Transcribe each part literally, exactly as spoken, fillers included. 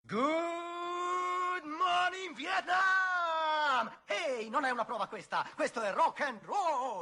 Good morning Vietnam! Ehi, hey, non è una prova questa, questo è rock and roll!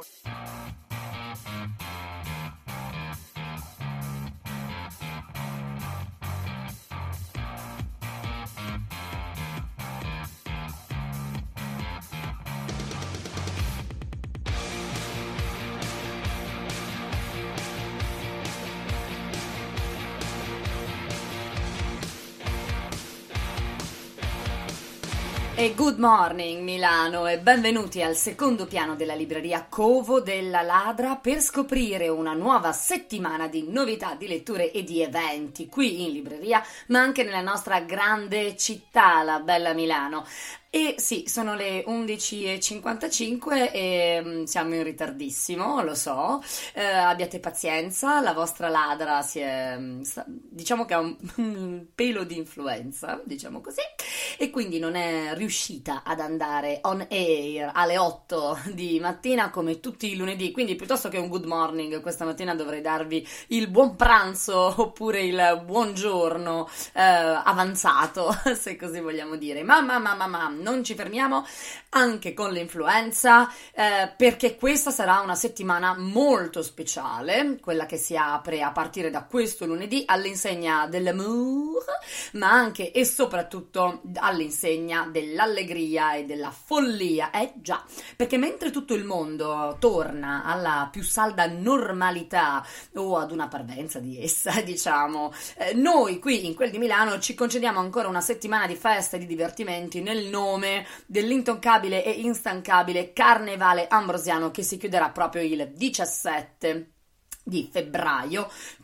E good morning Milano e benvenuti al secondo piano della libreria Covo della Ladra per scoprire una nuova settimana di novità, di letture e di eventi qui in libreria, ma anche nella nostra grande città, la bella Milano. E sì, sono le undici e cinquantacinque e mm, siamo in ritardissimo, lo so, eh, abbiate pazienza, la vostra ladra si è, mm, sta- diciamo che ha un, un pelo di influenza, diciamo così, e quindi non è riuscita ad andare on air alle otto di mattina come tutti i lunedì, quindi piuttosto che un good morning questa mattina dovrei darvi il buon pranzo oppure il buongiorno eh, avanzato, se così vogliamo dire, ma ma ma ma ma non ci fermiamo anche con l'influenza eh, perché questa sarà una settimana molto speciale, quella che si apre a partire da questo lunedì all'insegna dell'amour, ma anche e soprattutto all'insegna dell'allegria e della follia. Eh già, perché mentre tutto il mondo torna alla più salda normalità o ad una parvenza di essa, diciamo, eh, noi qui in quel di Milano ci concediamo ancora una settimana di festa e di divertimenti nel nome dell'intoccabile e instancabile Carnevale Ambrosiano che si chiuderà proprio il diciassette di febbraio,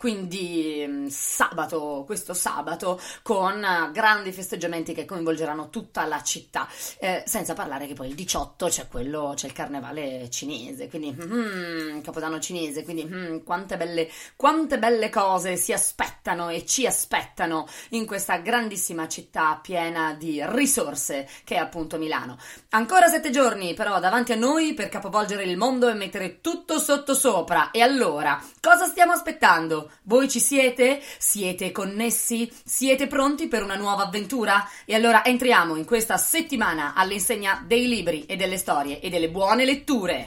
quindi mh, sabato, questo sabato, con uh, grandi festeggiamenti che coinvolgeranno tutta la città, eh, senza parlare che poi il diciotto c'è quello, c'è il carnevale cinese, quindi mm, capodanno cinese, quindi mm, quante belle, quante belle cose si aspettano e ci aspettano in questa grandissima città piena di risorse che è appunto Milano. Ancora sette giorni però davanti a noi per capovolgere il mondo e mettere tutto sottosopra, e allora cosa stiamo aspettando? Voi ci siete? Siete connessi? Siete pronti per una nuova avventura? E allora entriamo in questa settimana all'insegna dei libri e delle storie e delle buone letture.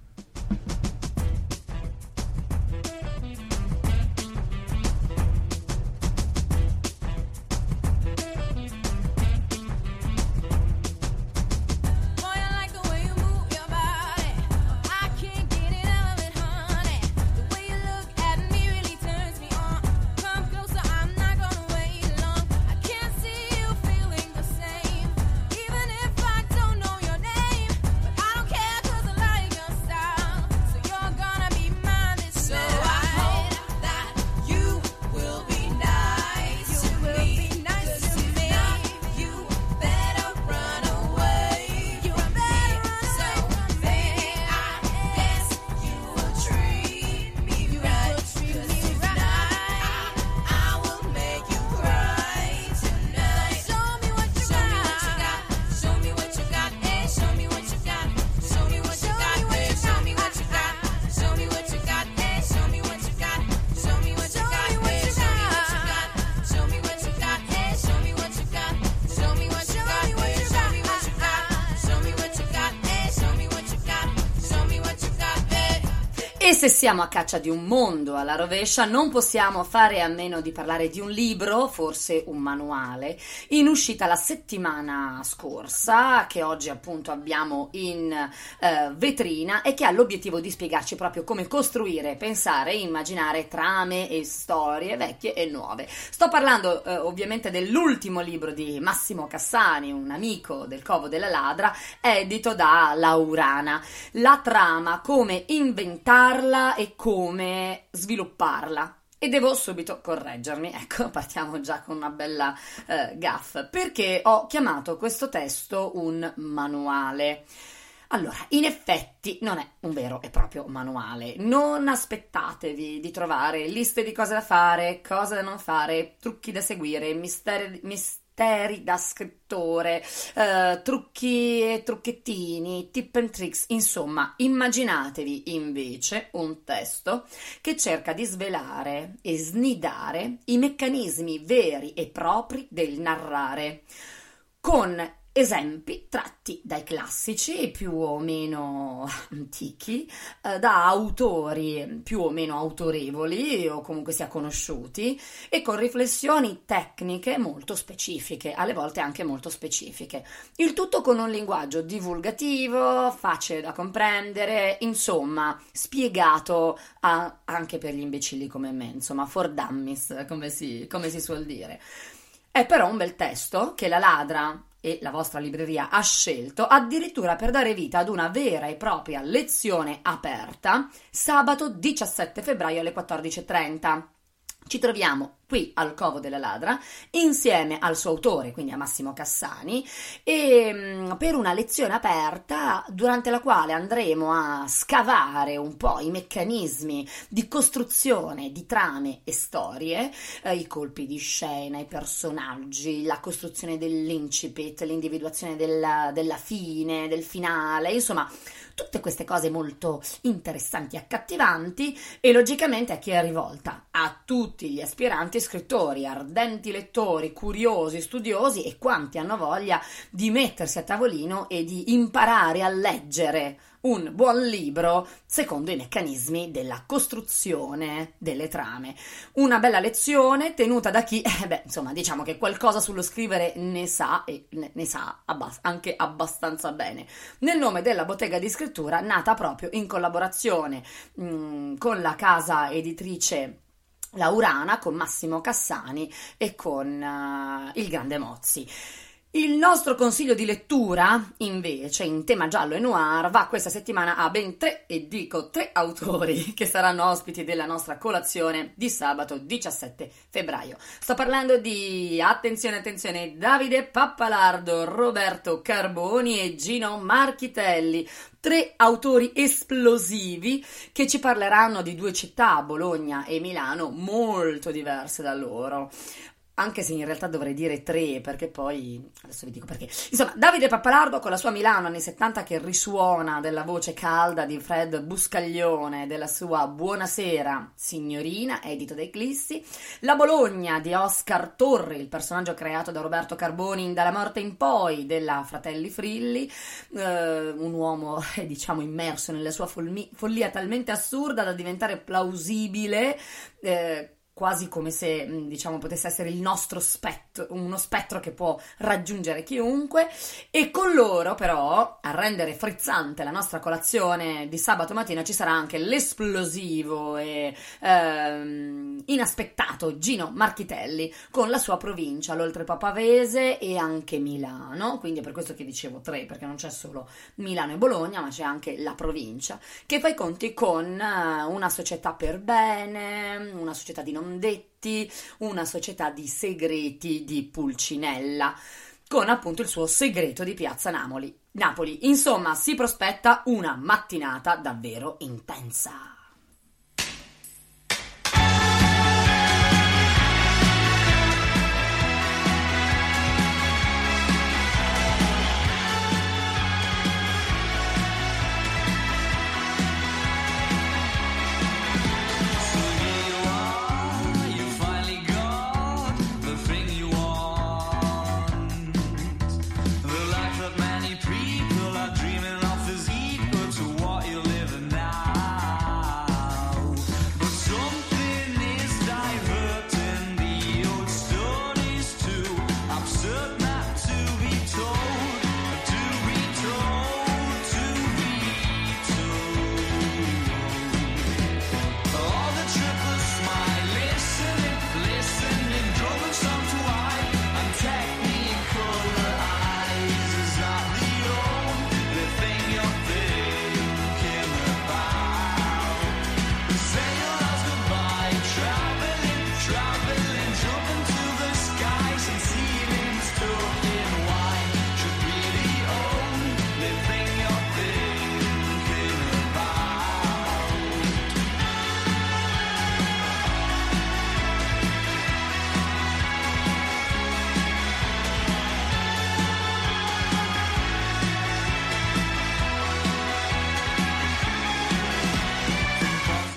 E se siamo a caccia di un mondo alla rovescia, non possiamo fare a meno di parlare di un libro, forse un manuale, in uscita la settimana scorsa, che oggi appunto abbiamo in eh, vetrina e che ha l'obiettivo di spiegarci proprio come costruire, pensare e immaginare trame e storie vecchie e nuove. Sto parlando eh, ovviamente dell'ultimo libro di Massimo Cassani, un amico del Covo della Ladra, edito da Laurana. La trama, come inventarla e come svilupparla. E devo subito correggermi, ecco, partiamo già con una bella eh, gaffe, perché ho chiamato questo testo un manuale. Allora, in effetti non è un vero e proprio manuale, non aspettatevi di trovare liste di cose da fare, cose da non fare, trucchi da seguire, misteri, misteri misteri da scrittore, eh, trucchi e trucchettini, tip and tricks, insomma, immaginatevi invece un testo che cerca di svelare e snidare i meccanismi veri e propri del narrare, con esempi tratti dai classici più o meno antichi, eh, da autori più o meno autorevoli o comunque sia conosciuti, e con riflessioni tecniche molto specifiche, alle volte anche molto specifiche. Il tutto con un linguaggio divulgativo, facile da comprendere, insomma, spiegato a, anche per gli imbecilli come me, insomma, for dummies, come si, come si suol dire. È però un bel testo che La Ladra e la vostra libreria ha scelto addirittura per dare vita ad una vera e propria lezione aperta sabato diciassette febbraio alle quattordici e trenta. Ci troviamo qui al Covo della Ladra insieme al suo autore, quindi a Massimo Cassani, e per una lezione aperta durante la quale andremo a scavare un po' i meccanismi di costruzione di trame e storie, eh, i colpi di scena, i personaggi, la costruzione dell'incipit, l'individuazione della, della fine, del finale, insomma tutte queste cose molto interessanti e accattivanti, e logicamente a chi è rivolta? A tutti gli aspiranti scrittori, ardenti lettori, curiosi, studiosi e quanti hanno voglia di mettersi a tavolino e di imparare a leggere un buon libro secondo i meccanismi della costruzione delle trame. Una bella lezione tenuta da chi, eh beh, insomma, diciamo che qualcosa sullo scrivere ne sa, e ne, ne sa abbast- anche abbastanza bene. Nel nome della bottega di scrittura, nata proprio in collaborazione mh, con la casa editrice Laurana, con Massimo Cassani e con uh, il grande Mozzi. Il nostro consiglio di lettura, invece, in tema giallo e noir, va questa settimana a ben tre, e dico tre autori che saranno ospiti della nostra colazione di sabato diciassette febbraio. Sto parlando di, attenzione, attenzione, Davide Pappalardo, Roberto Carboni e Gino Marchitelli. Tre autori esplosivi che ci parleranno di due città, Bologna e Milano, molto diverse da loro. Anche se in realtà dovrei dire tre, perché poi adesso vi dico perché. Insomma, Davide Pappalardo con la sua Milano anni settanta che risuona della voce calda di Fred Buscaglione, della sua Buonasera signorina, edito dai Clissi. La Bologna di Oscar Torri, il personaggio creato da Roberto Carboni in Dalla morte in poi, della Fratelli Frilli, eh, un uomo eh, diciamo immerso nella sua folmi- follia talmente assurda da diventare plausibile, eh, quasi come se, diciamo, potesse essere il nostro spettro, uno spettro che può raggiungere chiunque. E con loro, però, a rendere frizzante la nostra colazione di sabato mattina, ci sarà anche l'esplosivo e ehm, inaspettato Gino Marchitelli con la sua provincia, l'Oltrepò Pavese e anche Milano. Quindi è per questo che dicevo tre, perché non c'è solo Milano e Bologna, ma c'è anche la provincia, che fa i conti con una società per bene, una società di non detti, una società di segreti di Pulcinella, con appunto il suo segreto di Piazza Napoli. Napoli. Insomma, si prospetta una mattinata davvero intensa. People are dreaming of physique, but to what you live now.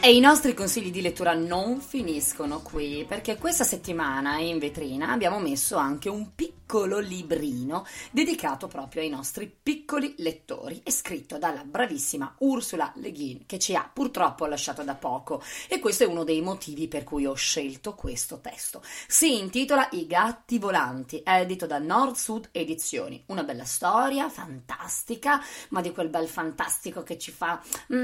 E i nostri consigli di lettura non finiscono qui, perché questa settimana in vetrina abbiamo messo anche un piccolo librino dedicato proprio ai nostri piccoli lettori e scritto dalla bravissima Ursula Le Guin, che ci ha purtroppo lasciato da poco, e questo è uno dei motivi per cui ho scelto questo testo. Si intitola I gatti volanti, è edito da Nord Sud Edizioni, una bella storia fantastica, ma di quel bel fantastico che ci fa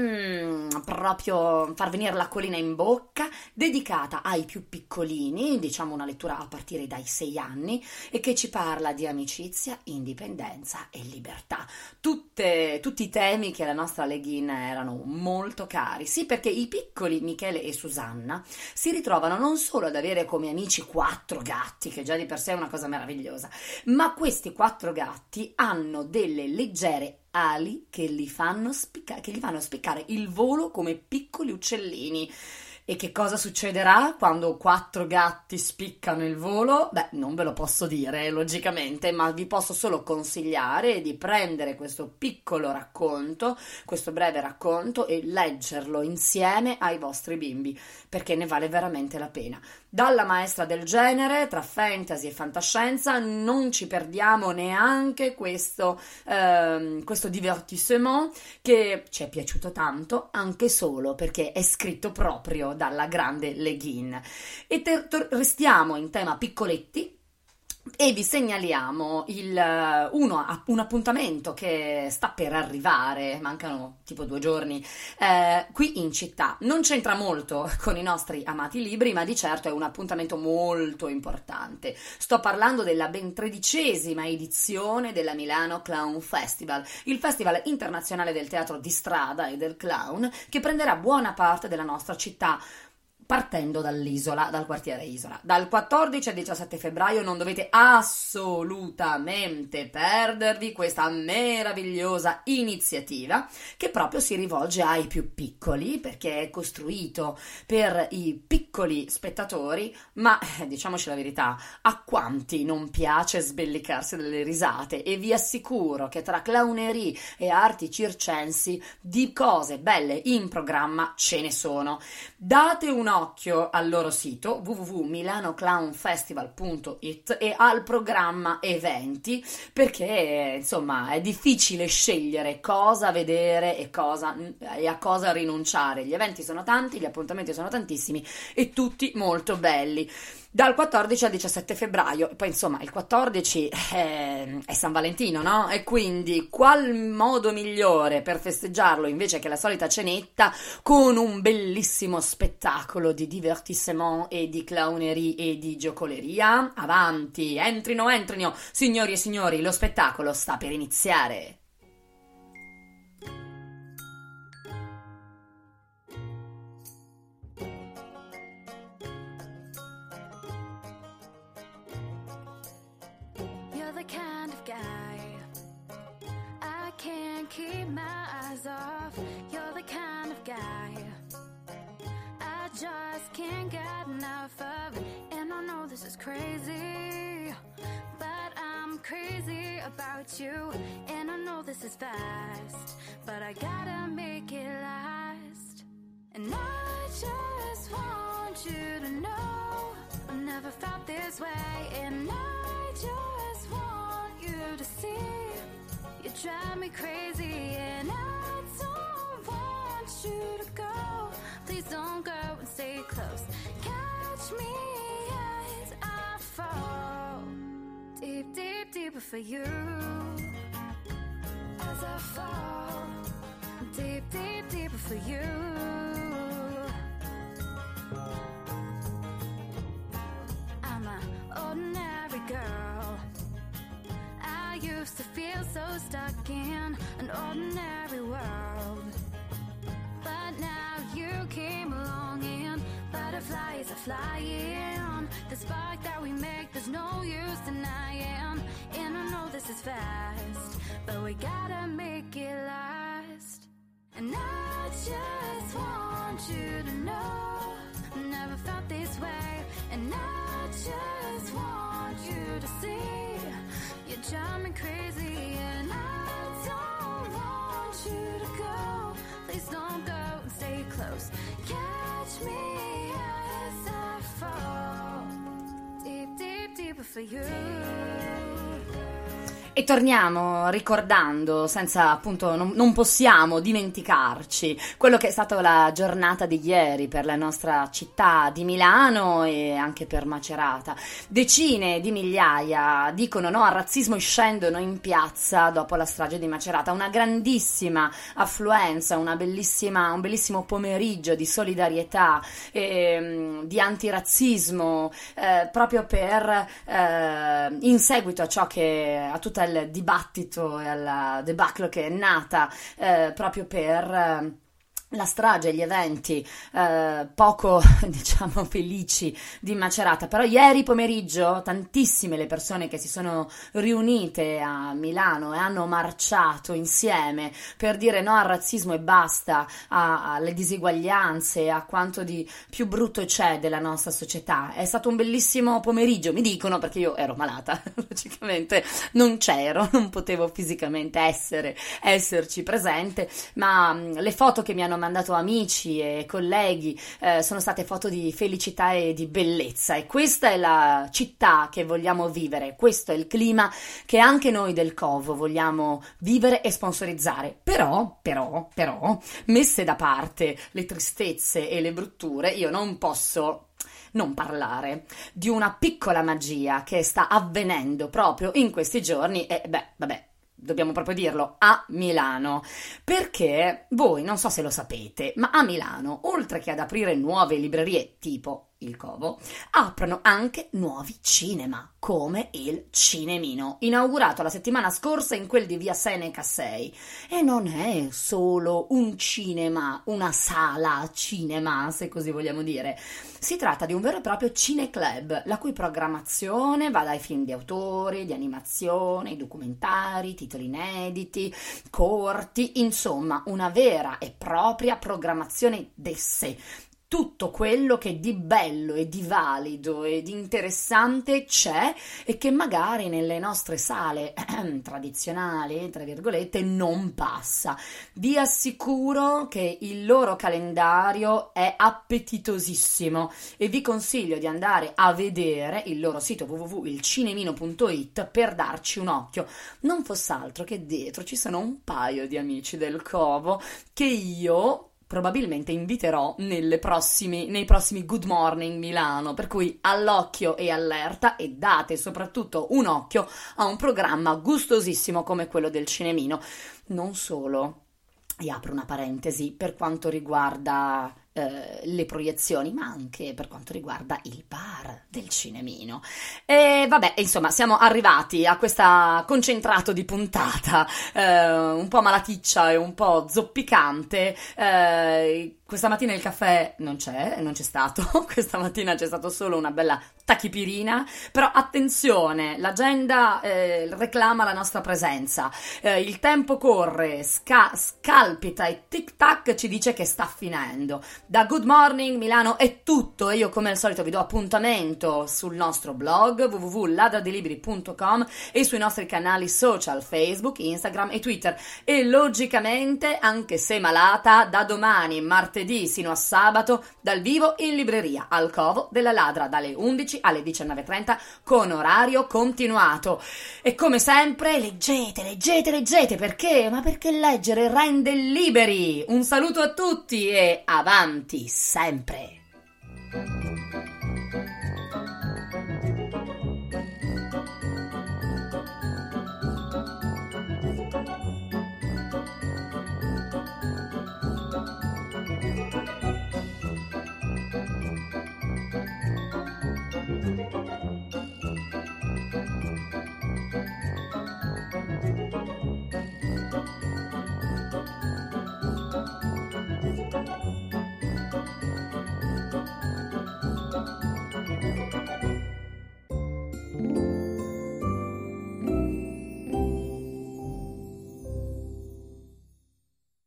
mm, proprio far venire l'acquolina in bocca, dedicata ai più piccolini, diciamo una lettura a partire dai sei anni, e che ci parla di amicizia, indipendenza e libertà. Tutte, tutti i temi che alla nostra Le Guin erano molto cari, sì, perché i piccoli Michele e Susanna si ritrovano non solo ad avere come amici quattro gatti, che già di per sé è una cosa meravigliosa, ma questi quattro gatti hanno delle leggere ali che li fanno spicca- che gli fanno spiccare il volo come piccoli uccellini. E che cosa succederà quando quattro gatti spiccano il volo? Beh, non ve lo posso dire, logicamente, ma vi posso solo consigliare di prendere questo piccolo racconto, questo breve racconto, e leggerlo insieme ai vostri bimbi, perché ne vale veramente la pena. Dalla maestra del genere, tra fantasy e fantascienza, non ci perdiamo neanche questo, ehm, questo divertissement che ci è piaciuto tanto, anche solo perché è scritto proprio dalla grande Le Guin. E ter- ter- restiamo in tema piccoletti e vi segnaliamo il, uno, un appuntamento che sta per arrivare, mancano tipo due giorni, eh, qui in città. Non c'entra molto con i nostri amati libri, ma di certo è un appuntamento molto importante. Sto parlando della ben tredicesima edizione della Milano Clown Festival, il festival internazionale del teatro di strada e del clown, che prenderà buona parte della nostra città, partendo dall'isola, dal quartiere Isola. Dal quattordici al diciassette febbraio non dovete assolutamente perdervi questa meravigliosa iniziativa che proprio si rivolge ai più piccoli, perché è costruito per i piccoli spettatori, ma diciamoci la verità, a quanti non piace sbellicarsi delle risate, e vi assicuro che tra clownerie e arti circensi di cose belle in programma ce ne sono. Date un occhio al loro sito w w w punto milano clown festival punto it e al programma eventi, perché insomma è difficile scegliere cosa vedere e, cosa, e a cosa rinunciare. Gli eventi sono tanti, gli appuntamenti sono tantissimi e tutti molto belli. Dal quattordici al diciassette febbraio, poi insomma il quattordici è, è San Valentino, no? E quindi qual modo migliore per festeggiarlo invece che la solita cenetta con un bellissimo spettacolo di divertissement e di clownerie e di giocoleria? Avanti, entrino, entrino, signori e signori, lo spettacolo sta per iniziare. Keep my eyes off. You're the kind of guy I just can't get enough of. And I know this is crazy, but I'm crazy about you. And I know this is fast, but I gotta make it last. And I just want you to know I've never felt this way. And I just want you to see you drive me crazy, and I don't want you to go. Please don't go and stay close. Catch me as I fall deep, deep, deeper for you. As I fall deep, deep, deeper for you. I'm an ordinary girl. I used to feel so stuck in an ordinary world, but now you came along and butterflies are flying. The spark that we make, there's no use denying. And I know this is fast, but we gotta make it last. And I just want you to know I've never felt this way. And I just want you to see you drive me crazy, and I don't want you to go. Please don't go and stay close. Yeah. for you. E torniamo ricordando, senza appunto, non, non possiamo dimenticarci, quello che è stata la giornata di ieri per la nostra città di Milano e anche per Macerata. Decine di migliaia dicono no al razzismo e scendono in piazza dopo la strage di Macerata. Una grandissima affluenza, una bellissima, un bellissimo pomeriggio di solidarietà, e, di antirazzismo, eh, proprio per, eh, in seguito a ciò che, a tutta il dibattito e alla debacle che è nata eh, proprio per eh, la strage, gli eventi eh, poco, diciamo, felici di Macerata. Però ieri pomeriggio tantissime le persone che si sono riunite a Milano e hanno marciato insieme per dire no al razzismo e basta a, alle diseguaglianze, a quanto di più brutto c'è della nostra società. È stato un bellissimo pomeriggio, mi dicono, perché io ero malata, logicamente non c'ero, non potevo fisicamente essere, esserci presente, ma mh, le foto che mi hanno mandato amici e colleghi eh, sono state foto di felicità e di bellezza, e questa è la città che vogliamo vivere, questo è il clima che anche noi del Covo vogliamo vivere e sponsorizzare. Però, però, però, messe da parte le tristezze e le brutture, io non posso non parlare di una piccola magia che sta avvenendo proprio in questi giorni e beh, vabbè, dobbiamo proprio dirlo, a Milano, perché voi non so se lo sapete, ma a Milano, oltre che ad aprire nuove librerie tipo il Covo, aprono anche nuovi cinema, come il Cinemino, inaugurato la settimana scorsa in quel di via Seneca sei. E non è solo un cinema, una sala cinema, se così vogliamo dire. Si tratta di un vero e proprio cineclub, la cui programmazione va dai film di autori, di animazione, documentari, titoli inediti, corti, insomma una vera e propria programmazione d'esse. Tutto quello che di bello e di valido e di interessante c'è e che magari nelle nostre sale tradizionali, tra virgolette, non passa. Vi assicuro che il loro calendario è appetitosissimo e vi consiglio di andare a vedere il loro sito w w w punto il cinemino punto it per darci un occhio. Non fosse altro che dietro ci sono un paio di amici del Covo che io probabilmente inviterò nelle prossimi, nei prossimi Good Morning Milano, per cui all'occhio e allerta, e date soprattutto un occhio a un programma gustosissimo come quello del Cinemino. Non solo, e apro una parentesi per quanto riguarda eh, le proiezioni, ma anche per quanto riguarda il bar del Cinemino. E vabbè, insomma, siamo arrivati a questa concentrato di puntata eh, un po' malaticcia e un po' zoppicante. Eh, questa mattina il caffè non c'è, non c'è stato, questa mattina c'è stato solo una bella tachipirina, però attenzione, l'agenda eh, reclama la nostra presenza, eh, il tempo corre, sca- scalpita e tic tac ci dice che sta finendo. Da Good Morning Milano è tutto, e io come al solito vi do appuntamento sul nostro blog w w w punto ladradelibri punto com e sui nostri canali social Facebook, Instagram e Twitter, e logicamente, anche se malata, da domani martedì sino a sabato dal vivo in libreria al Covo della Ladra dalle undici alle diciannove e trenta con orario continuato. E come sempre leggete, leggete, leggete, perché? Ma perché leggere rende liberi. Un saluto a tutti e avanti sempre!